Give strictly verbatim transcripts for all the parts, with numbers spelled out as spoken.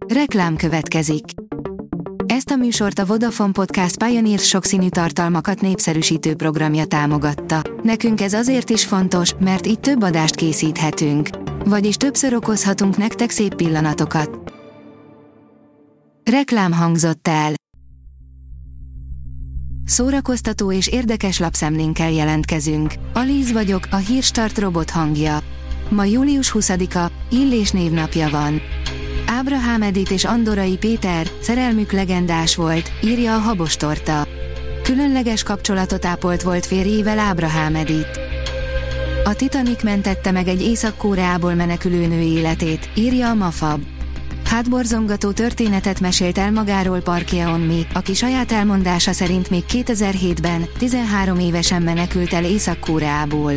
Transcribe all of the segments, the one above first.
Reklám következik. Ezt a műsort a Vodafone Podcast Pioneer sokszínű tartalmakat népszerűsítő programja támogatta. Nekünk ez azért is fontos, mert így több adást készíthetünk. Vagyis többször okozhatunk nektek szép pillanatokat. Reklám hangzott el. Szórakoztató és érdekes lapszemlénkkel jelentkezünk. Alíz vagyok, a Hírstart robot hangja. Ma július huszadika, Illés névnapja van. Ábrahám Edith és Andorai Péter, szerelmük legendás volt, írja a Habostorta. Különleges kapcsolatot ápolt volt férjével Ábrahám Edith. A Titanic mentette meg egy Észak-Koreából menekülő nő életét, írja a Mafab. Hátborzongató történetet mesélt el magáról Park Yeon-mi, aki saját elmondása szerint még kétezer-hétben, tizenhárom évesen menekült el Észak-Koreából.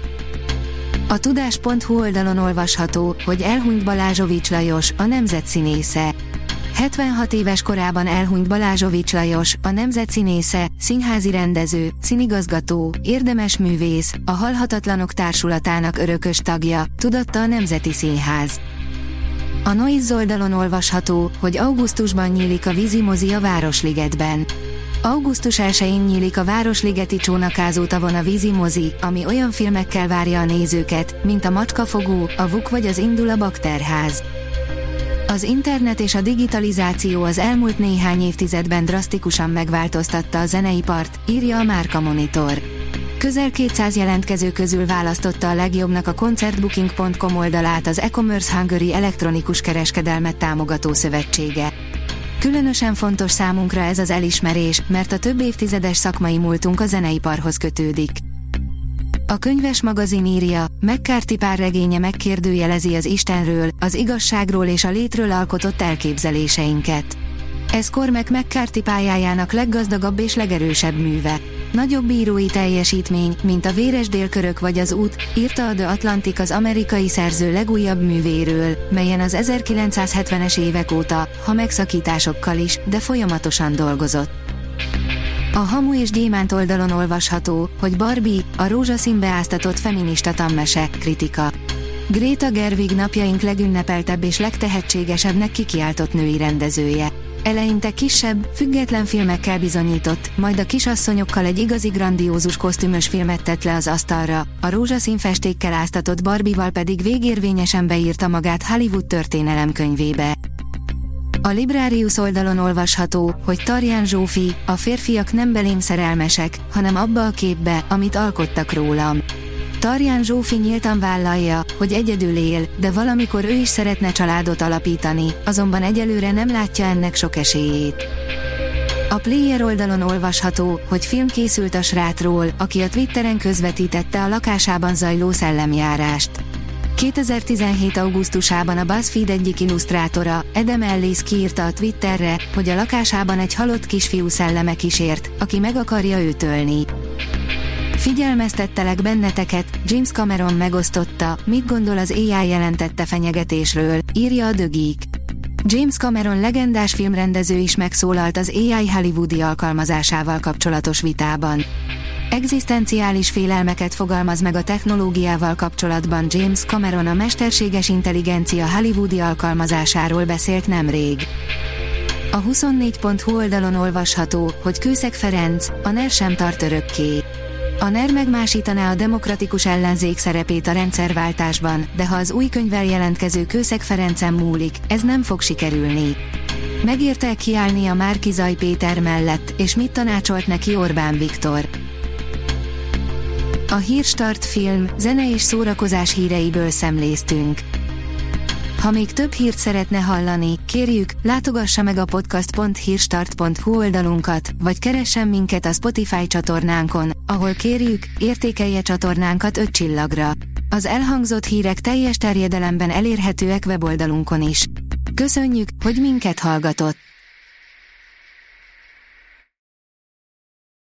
A tudás pont hu oldalon olvasható, hogy elhunyt Balázsovics Lajos, a Nemzet színésze. hetvenhat éves korában elhunyt Balázsovics Lajos, a Nemzet színésze, színházi rendező, színigazgató, érdemes művész, a Halhatatlanok Társulatának örökös tagja, tudatta a Nemzeti Színház. A Noise oldalon olvasható, hogy augusztusban nyílik a vízimozi a Városligetben. augusztus elsején nyílik a Városligeti csónakázó tavon a vízimozi, ami olyan filmekkel várja a nézőket, mint a Macskafogó, a Vuk vagy az Indul a Bakterház. Az internet és a digitalizáció az elmúlt néhány évtizedben drasztikusan megváltoztatta a zeneipart, írja a Márka Monitor. Közel kétszáz jelentkező közül választotta a legjobbnak a koncertbooking pont com oldalát az E-Commerce Hungary elektronikus kereskedelmet támogató szövetsége. Különösen fontos számunkra ez az elismerés, mert a több évtizedes szakmai múltunk a zeneiparhoz kötődik. A Könyves magazin írja, McCarthy párregénye megkérdőjelezi az Istenről, az igazságról és a létről alkotott elképzeléseinket. Ez Cormac McCarthy pályájának leggazdagabb és legerősebb műve. Nagyobb írói teljesítmény, mint a Véres délkörök vagy az Út, írta a The Atlantic az amerikai szerző legújabb művéről, melyen az ezerkilencszázhetvenes évek óta, ha megszakításokkal is, de folyamatosan dolgozott. A Hamu és Gyémánt oldalon olvasható, hogy Barbie, a rózsaszínbe áztatott feminista tanmese, kritika. Greta Gerwig napjaink legünnepeltebb és legtehetségesebbnek kikiáltott női rendezője. Eleinte kisebb, független filmekkel bizonyított, majd a kisasszonyokkal egy igazi grandiózus kosztümös filmet tett le az asztalra, a rózsaszín festékkel áztatott Barbie-val pedig végérvényesen beírta magát Hollywood történelemkönyvébe. A Librarius oldalon olvasható, hogy Tarján Zsófi, a férfiak nem belém szerelmesek, hanem abba a képbe, amit alkottak rólam. Tarján Zsófi nyíltan vállalja, hogy egyedül él, de valamikor ő is szeretne családot alapítani, azonban egyelőre nem látja ennek sok esélyét. A Player oldalon olvasható, hogy film készült a srácról, aki a Twitteren közvetítette a lakásában zajló szellemjárást. kétezer-tizenhét augusztusában a BuzzFeed egyik illusztrátora, Adam Ellis kiírta a Twitterre, hogy a lakásában egy halott kisfiú szelleme kísért, aki meg akarja őt ölni. Figyelmeztettelek benneteket, James Cameron megosztotta, mit gondol az á i jelentette fenyegetésről, írja a The Geek. James Cameron legendás filmrendező is megszólalt az á i hollywoodi alkalmazásával kapcsolatos vitában. Egzisztenciális félelmeket fogalmaz meg a technológiával kapcsolatban James Cameron a mesterséges intelligencia hollywoodi alkalmazásáról beszélt nemrég. A huszonnégy pont hu oldalon olvasható, hogy Kőszeg Ferenc, a NER sem tart örökké. A NER megmásítaná a demokratikus ellenzék szerepét a rendszerváltásban, de ha az új könyvvel jelentkező Kőszeg Ferencen múlik, ez nem fog sikerülni. Megérte kiállni a Márki-Zay Péter mellett, és mit tanácsolt neki Orbán Viktor? A Hírstart film, zene és szórakozás híreiből szemléztünk. Ha még több hírt szeretne hallani, kérjük, látogassa meg a podcast pont hírstart pont hu oldalunkat, vagy keressen minket a Spotify csatornánkon, ahol kérjük, értékelje csatornánkat öt csillagra. Az elhangzott hírek teljes terjedelemben elérhetőek weboldalunkon is. Köszönjük, hogy minket hallgatott!